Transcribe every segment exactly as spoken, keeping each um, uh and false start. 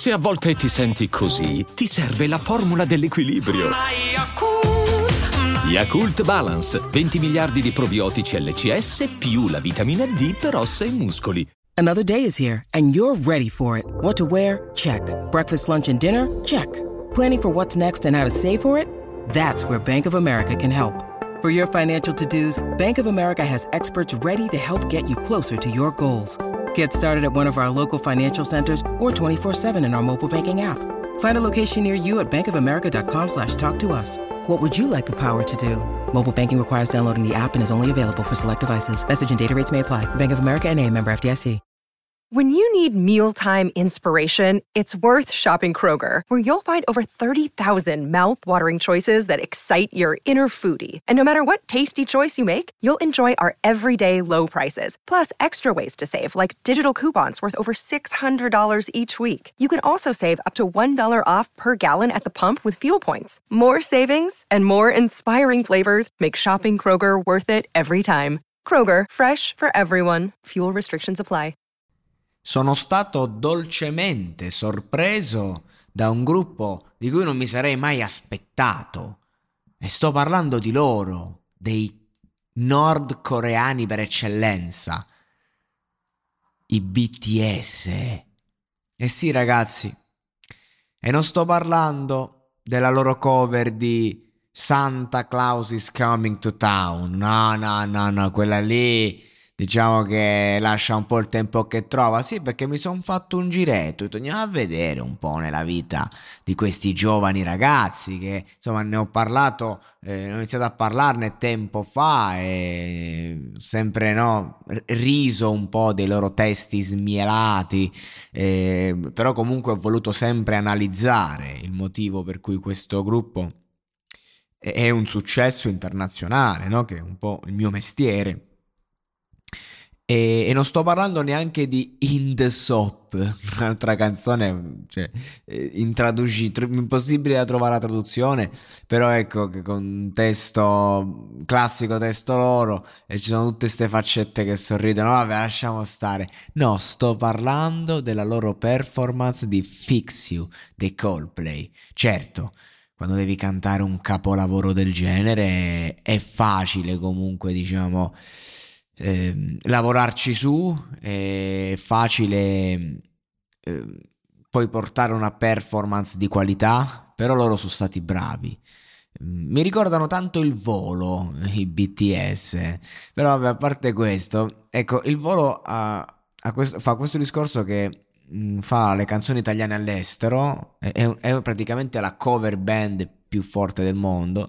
Se a volte ti senti così, ti serve la formula dell'equilibrio. Yakult Balance, venti miliardi di probiotici L C S più la vitamina D per ossa e muscoli. Another day is here, and you're ready for it. What to wear? Check. Breakfast, lunch, and dinner? Check. Planning for what's next and how to save for it? That's where Bank of America can help. For your financial to-dos, Bank of America has experts ready to help get you closer to your goals. Get started at one of our local financial centers or twenty-four seven in our mobile banking app. Find a location near you at bankofamerica.com slash talk to us. What would you like the power to do? Mobile banking requires downloading the app and is only available for select devices. Message and data rates may apply. Bank of America N A, member F D I C. When you need mealtime inspiration, it's worth shopping Kroger, where you'll find over thirty thousand mouth-watering choices that excite your inner foodie. And no matter what tasty choice you make, you'll enjoy our everyday low prices, plus extra ways to save, like digital coupons worth over six hundred dollars each week. You can also save up to one dollar off per gallon at the pump with fuel points. More savings and more inspiring flavors make shopping Kroger worth it every time. Kroger, fresh for everyone. Fuel restrictions apply. Sono stato dolcemente sorpreso da un gruppo di cui non mi sarei mai aspettato. E sto parlando di loro, dei nordcoreani per eccellenza, i B T S. E sì, ragazzi, e non sto parlando della loro cover di Santa Claus is Coming to Town. No, no, no, no, quella lì diciamo che lascia un po' il tempo che trova. Sì, perché mi sono fatto un giretto e andiamo a vedere un po' nella vita di questi giovani ragazzi che insomma ne ho parlato, eh, ho iniziato a parlarne tempo fa e sempre no riso un po' dei loro testi smielati, eh, però comunque ho voluto sempre analizzare il motivo per cui questo gruppo è un successo internazionale, no? Che è un po' il mio mestiere. E, e non sto parlando neanche di In The Soap, un'altra canzone, cioè, intraduci- impossibile da trovare la traduzione, però ecco che con un testo, classico testo loro, e ci sono tutte ste faccette che sorridono, vabbè lasciamo stare. No, sto parlando della loro performance di Fix You dei Coldplay. Certo, quando devi cantare un capolavoro del genere è facile comunque, diciamo, Eh, lavorarci su, è facile eh, poi portare una performance di qualità, però loro sono stati bravi. Mi ricordano tanto Il Volo, i B T S, però vabbè, a parte questo, ecco, Il Volo ha, ha questo, fa questo discorso che mh, fa le canzoni italiane all'estero, è, è praticamente la cover band più forte del mondo.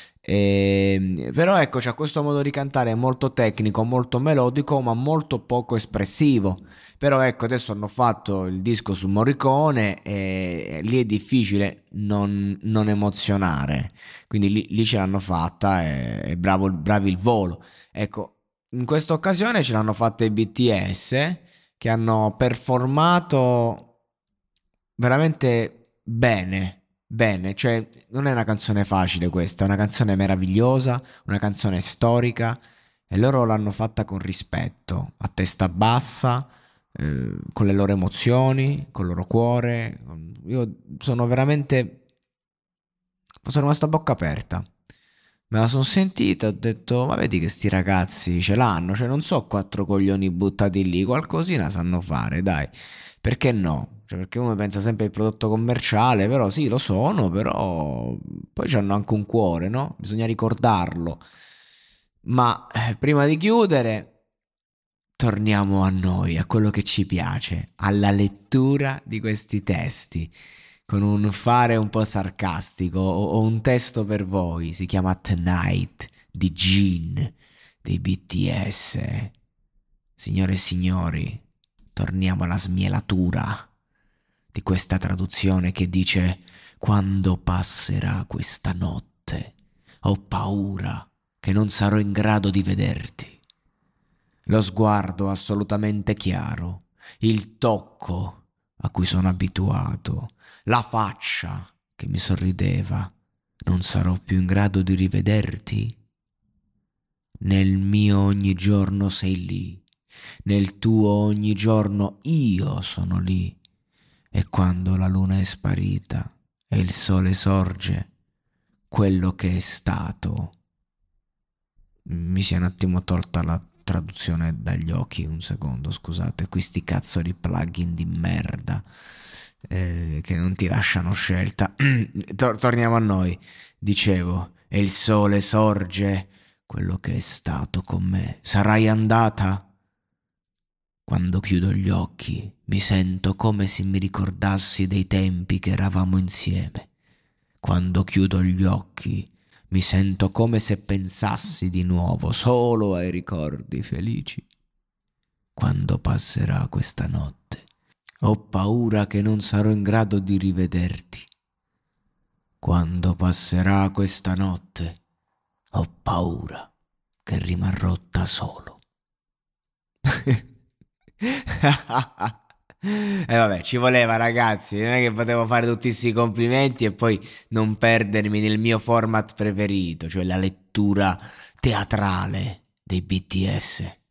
E, però ecco, c'ha questo modo di cantare molto tecnico, molto melodico, ma molto poco espressivo. Però ecco, adesso hanno fatto il disco su Morricone e lì è difficile non, non emozionare, quindi lì, lì ce l'hanno fatta e, e bravo, bravi Il Volo. Ecco, in questa occasione ce l'hanno fatta i B T S, che hanno performato veramente bene. Bene, cioè non è una canzone facile questa, è una canzone meravigliosa, una canzone storica, e loro l'hanno fatta con rispetto, a testa bassa, eh, con le loro emozioni, con il loro cuore. Io sono veramente, sono rimasto a bocca aperta, me la sono sentita, ho detto ma vedi che sti ragazzi ce l'hanno, cioè non so quattro coglioni buttati lì, qualcosina sanno fare, dai, perché no? Cioè, perché uno pensa sempre al prodotto commerciale, però sì, lo sono, però poi hanno anche un cuore, no? Bisogna ricordarlo. Ma eh, prima di chiudere, torniamo a noi, a quello che ci piace, alla lettura di questi testi, con un fare un po' sarcastico. Ho, ho un testo per voi, si chiama Tonight, di Gene, dei B T S. Signore e signori, torniamo alla smielatura di questa traduzione che dice: quando passerà questa notte ho paura che non sarò in grado di vederti. Lo sguardo assolutamente chiaro, il tocco a cui sono abituato, la faccia che mi sorrideva, non sarò più in grado di rivederti. Nel mio ogni giorno sei lì, nel tuo ogni giorno io sono lì. E quando la luna è sparita e il sole sorge, quello che è stato. Mi si è un attimo tolta la traduzione dagli occhi, un secondo, scusate, questi cazzo di plugin di merda eh, che non ti lasciano scelta. Tor- torniamo a noi. Dicevo, e il sole sorge, quello che è stato con me. Sarai andata? Quando chiudo gli occhi mi sento come se mi ricordassi dei tempi che eravamo insieme. Quando chiudo gli occhi mi sento come se pensassi di nuovo solo ai ricordi felici. Quando passerà questa notte, ho paura che non sarò in grado di rivederti. Quando passerà questa notte, ho paura che rimarrò da solo. E eh vabbè, ci voleva, ragazzi, non è che potevo fare tutti questi complimenti e poi non perdermi nel mio format preferito, cioè la lettura teatrale dei B T S.